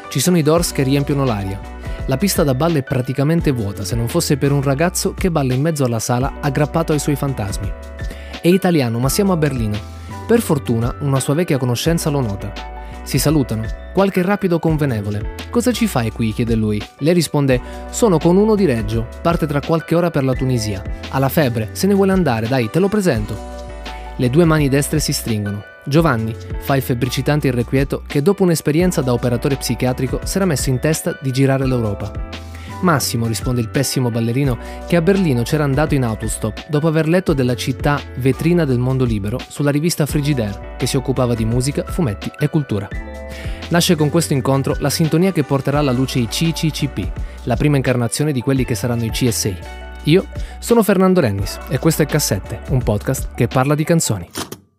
Ci sono i Doors che riempiono l'aria. La pista da ballo è praticamente vuota se non fosse per un ragazzo che balla in mezzo alla sala aggrappato ai suoi fantasmi. È italiano, ma siamo a Berlino. Per fortuna una sua vecchia conoscenza lo nota. Si salutano, qualche rapido convenevole. «Cosa ci fai qui?» chiede lui. Lei risponde: «Sono con uno di Reggio, parte tra qualche ora per la Tunisia. Ha la febbre, se ne vuole andare, dai, te lo presento». Le due mani destre si stringono. Giovanni fa il febbricitante irrequieto che dopo un'esperienza da operatore psichiatrico si era messo in testa di girare l'Europa. «Massimo», risponde il pessimo ballerino, che a Berlino c'era andato in autostop dopo aver letto della città vetrina del mondo libero sulla rivista Frigidaire, che si occupava di musica, fumetti e cultura. Nasce con questo incontro la sintonia che porterà alla luce i CCCP, la prima incarnazione di quelli che saranno i CSI. Io sono Fernando Rennis e questo è Cassette, un podcast che parla di canzoni.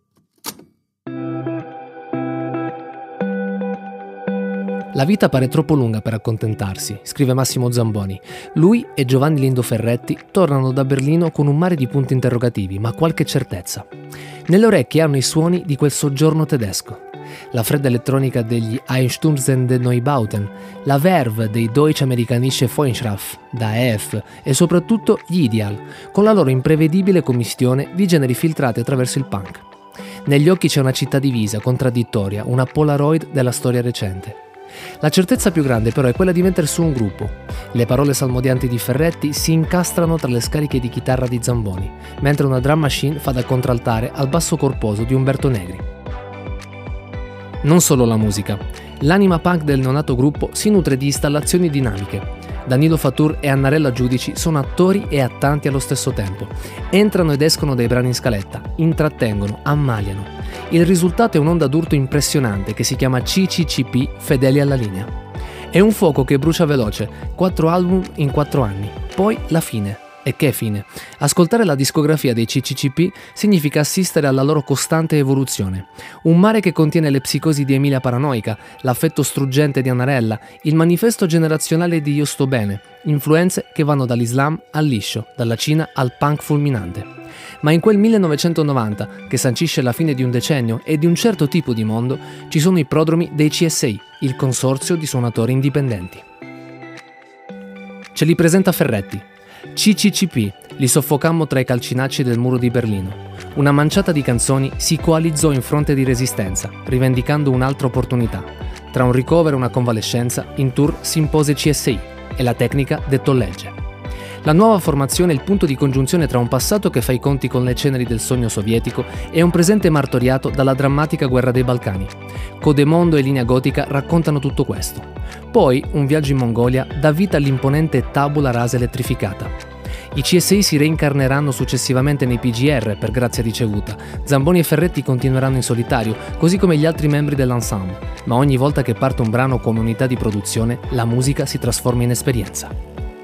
La vita pare troppo lunga per accontentarsi, scrive Massimo Zamboni. Lui e Giovanni Lindo Ferretti tornano da Berlino con un mare di punti interrogativi, ma qualche certezza. Nelle orecchie hanno i suoni di quel soggiorno tedesco. La fredda elettronica degli Einstürzende Neubauten, la Verve dei Deutsch-Amerikanische Freundschaft, da EF, e soprattutto gli Ideal, con la loro imprevedibile commistione di generi filtrati attraverso il punk. Negli occhi c'è una città divisa, contraddittoria, una Polaroid della storia recente. La certezza più grande però è quella di mettere su un gruppo. Le parole salmodianti di Ferretti si incastrano tra le scariche di chitarra di Zamboni, mentre una drum machine fa da contraltare al basso corposo di Umberto Negri. Non solo la musica. L'anima punk del neonato gruppo si nutre di installazioni dinamiche. Danilo Fatur e Annarella Giudici sono attori e attanti allo stesso tempo. Entrano ed escono dai brani in scaletta, intrattengono, ammaliano. Il risultato è un'onda d'urto impressionante che si chiama CCCP, fedeli alla linea. È un fuoco che brucia veloce, 4 album in 4 anni, poi la fine. E che fine? Ascoltare la discografia dei CCCP significa assistere alla loro costante evoluzione. Un mare che contiene le psicosi di Emilia Paranoica, l'affetto struggente di Annarella, il manifesto generazionale di Io sto bene, influenze che vanno dall'Islam al liscio, dalla Cina al punk fulminante. Ma in quel 1990, che sancisce la fine di un decennio e di un certo tipo di mondo, ci sono i prodromi dei CSI, il consorzio di suonatori indipendenti. Ce li presenta Ferretti. CCCP, li soffocammo tra i calcinacci del muro di Berlino. Una manciata di canzoni si coalizzò in fronte di resistenza, rivendicando un'altra opportunità. Tra un ricovero e una convalescenza, in tour si impose CSI e la tecnica dettò legge. La nuova formazione è il punto di congiunzione tra un passato che fa i conti con le ceneri del sogno sovietico e un presente martoriato dalla drammatica guerra dei Balcani. Codemondo e Linea Gotica raccontano tutto questo. Poi un viaggio in Mongolia dà vita all'imponente tabula rasa elettrificata. I CSI si reincarneranno successivamente nei PGR per grazia ricevuta. Zamboni e Ferretti continueranno in solitario, così come gli altri membri dell'ensemble, ma ogni volta che parte un brano come unità di produzione, la musica si trasforma in esperienza.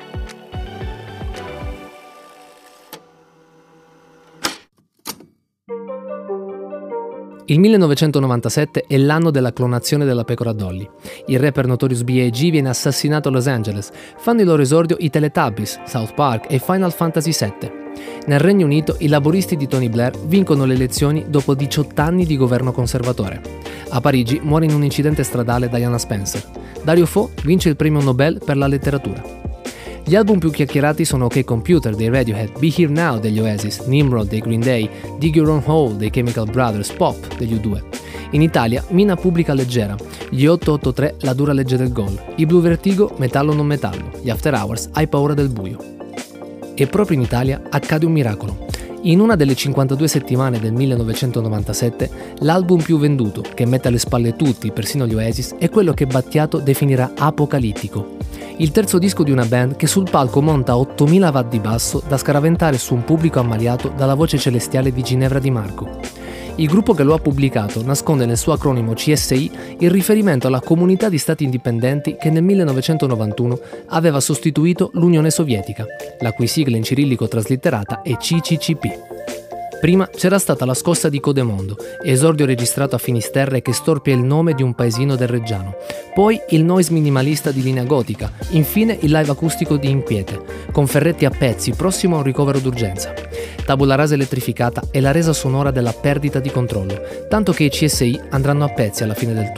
Il 1997 è l'anno della clonazione della pecora Dolly. Il rapper Notorious B.I.G. viene assassinato a Los Angeles. Fanno il loro esordio i Teletubbies, South Park e Final Fantasy VII. Nel Regno Unito i laboristi di Tony Blair vincono le elezioni dopo 18 anni di governo conservatore. A Parigi muore in un incidente stradale Diana Spencer. Dario Fo vince il premio Nobel per la letteratura. Gli album più chiacchierati sono OK Computer dei Radiohead, Be Here Now degli Oasis, Nimrod dei Green Day, Dig Your Own Hole dei Chemical Brothers, Pop degli U2. In Italia Mina pubblica Leggera, gli 883 La dura legge del gol, i Blue Vertigo Metallo non metallo, gli After Hours Hai paura del buio. E proprio in Italia accade un miracolo. In una delle 52 settimane del 1997, l'album più venduto, che mette alle spalle tutti, persino gli Oasis, è quello che Battiato definirà apocalittico. Il terzo disco di una band che sul palco monta 8000 watt di basso da scaraventare su un pubblico ammaliato dalla voce celestiale di Ginevra Di Marco. Il gruppo che lo ha pubblicato nasconde nel suo acronimo CSI il riferimento alla comunità di stati indipendenti che nel 1991 aveva sostituito l'Unione Sovietica, la cui sigla in cirillico traslitterata è CCCP. Prima c'era stata la scossa di Codemondo, esordio registrato a Finisterre che storpia il nome di un paesino del Reggiano. Poi il noise minimalista di Linea Gotica, infine il live acustico di Inquiete, con Ferretti a pezzi prossimo a un ricovero d'urgenza. Tabula rasa elettrificata è la resa sonora della perdita di controllo, tanto che i CSI andranno a pezzi alla fine del tour.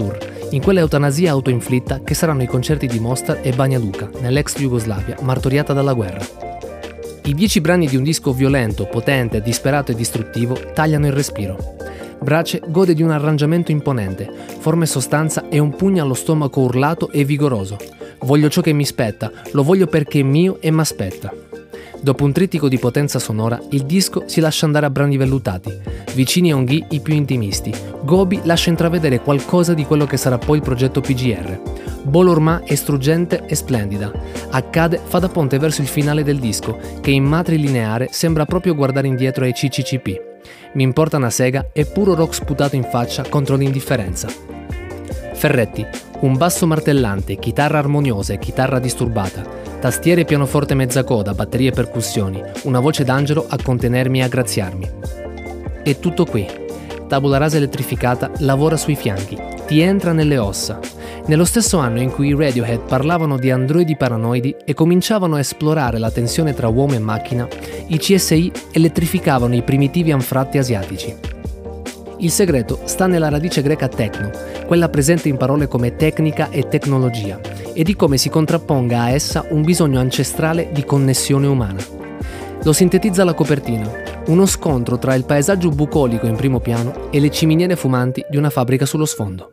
in quella eutanasia autoinflitta che saranno i concerti di Mostar e Banja Luka, nell'ex Jugoslavia martoriata dalla guerra. I 10 brani di un disco violento, potente, disperato e distruttivo tagliano il respiro. Brace gode di un arrangiamento imponente, forma e sostanza e un pugno allo stomaco urlato e vigoroso. Voglio ciò che mi spetta, lo voglio perché è mio e m'aspetta. Dopo un trittico di potenza sonora, il disco si lascia andare a brani vellutati, vicini a Onghi i più intimisti. Gobi lascia intravedere qualcosa di quello che sarà poi il progetto PGR. Bolormà è struggente e splendida. Accade fa da ponte verso il finale del disco, che in matrilineare sembra proprio guardare indietro ai CCCP. Mi importa una sega è puro rock sputato in faccia contro l'indifferenza. Ferretti, un basso martellante, chitarra armoniosa e chitarra disturbata, tastiere e pianoforte mezza coda, batterie e percussioni, una voce d'angelo a contenermi e a graziarmi. È tutto qui. Tabula Rasa elettrificata lavora sui fianchi, ti entra nelle ossa. Nello stesso anno in cui i Radiohead parlavano di androidi paranoidi e cominciavano a esplorare la tensione tra uomo e macchina, i CSI elettrificavano i primitivi anfratti asiatici. Il segreto sta nella radice greca techno, quella presente in parole come tecnica e tecnologia, e di come si contrapponga a essa un bisogno ancestrale di connessione umana. Lo sintetizza la copertina, uno scontro tra il paesaggio bucolico in primo piano e le ciminiere fumanti di una fabbrica sullo sfondo.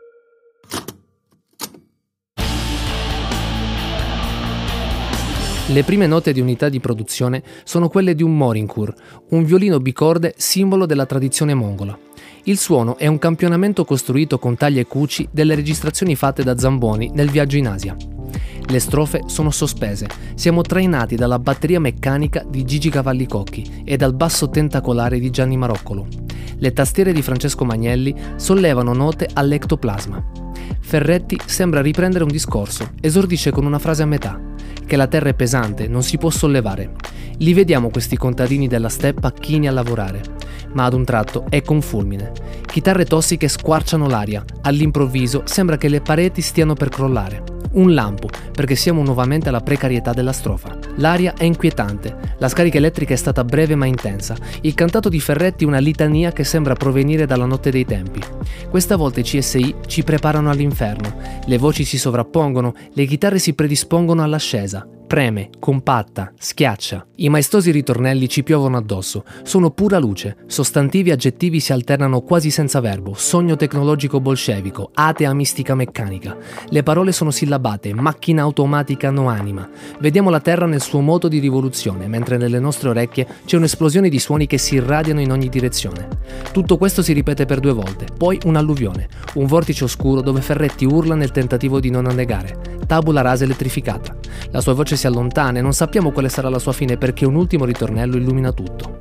Le prime note di unità di produzione sono quelle di un morinkur, un violino bicorde simbolo della tradizione mongola. Il suono è un campionamento costruito con tagli e cuci delle registrazioni fatte da Zamboni nel viaggio in Asia. Le strofe sono sospese, siamo trainati dalla batteria meccanica di Gigi Cavallicocchi e dal basso tentacolare di Gianni Maroccolo. Le tastiere di Francesco Magnelli sollevano note all'ectoplasma. Ferretti sembra riprendere un discorso, esordisce con una frase a metà, che la terra è pesante, non si può sollevare. Li vediamo questi contadini della steppa chini a lavorare, ma ad un tratto ecco un fulmine. Chitarre tossiche squarciano l'aria, all'improvviso sembra che le pareti stiano per crollare. Un lampo, perché siamo nuovamente alla precarietà della strofa. L'aria è inquietante, la scarica elettrica è stata breve ma intensa, il cantato di Ferretti una litania che sembra provenire dalla notte dei tempi. Questa volta i CSI ci preparano all'inferno, le voci si sovrappongono, le chitarre si predispongono all'ascesa. Preme, compatta, schiaccia. I maestosi ritornelli ci piovono addosso, sono pura luce, sostantivi e aggettivi si alternano quasi senza verbo, sogno tecnologico bolscevico, atea mistica meccanica. Le parole sono sillabate, macchina automatica no anima. Vediamo la terra nel suo moto di rivoluzione, mentre nelle nostre orecchie c'è un'esplosione di suoni che si irradiano in ogni direzione. Tutto questo si ripete per 2 volte, poi un'alluvione, un vortice oscuro dove Ferretti urla nel tentativo di non annegare. Tabula Rasa elettrificata. La sua voce si allontana e non sappiamo quale sarà la sua fine perché un ultimo ritornello illumina tutto.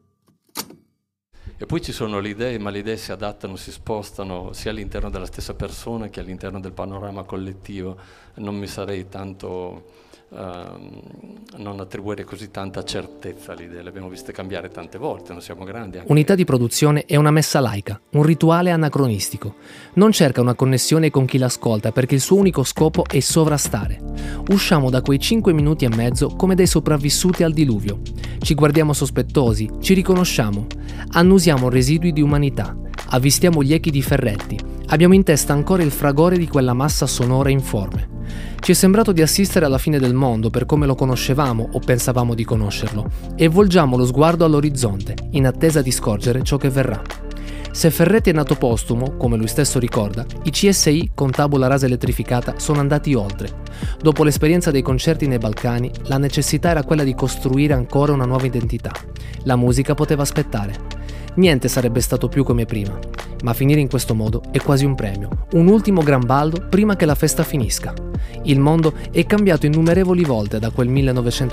E poi ci sono le idee, ma le idee si adattano, si spostano sia all'interno della stessa persona che all'interno del panorama collettivo. Non mi sarei tanto non attribuire così tanta certezza alle idee, le abbiamo viste cambiare tante volte, non siamo grandi. Unità di produzione è una messa laica, un rituale anacronistico. Non cerca una connessione con chi l'ascolta perché il suo unico scopo è sovrastare. Usciamo da quei 5 minuti e mezzo come dei sopravvissuti al diluvio. Ci guardiamo sospettosi, ci riconosciamo, annusiamo residui di umanità, avvistiamo gli echi di Ferretti, abbiamo in testa ancora il fragore di quella massa sonora informe. Ci è sembrato di assistere alla fine del mondo per come lo conoscevamo o pensavamo di conoscerlo e volgiamo lo sguardo all'orizzonte in attesa di scorgere ciò che verrà. Se Ferretti è nato postumo, come lui stesso ricorda, i CSI con Tabula Rasa elettrificata sono andati oltre. Dopo l'esperienza dei concerti nei Balcani, la necessità era quella di costruire ancora una nuova identità. La musica poteva aspettare. Niente sarebbe stato più come prima, ma finire in questo modo è quasi un premio, un ultimo gran baldo prima che la festa finisca. Il mondo è cambiato innumerevoli volte da quel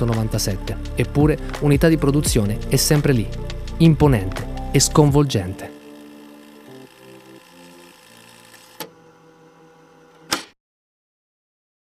1997, eppure Unità di produzione è sempre lì, imponente e sconvolgente.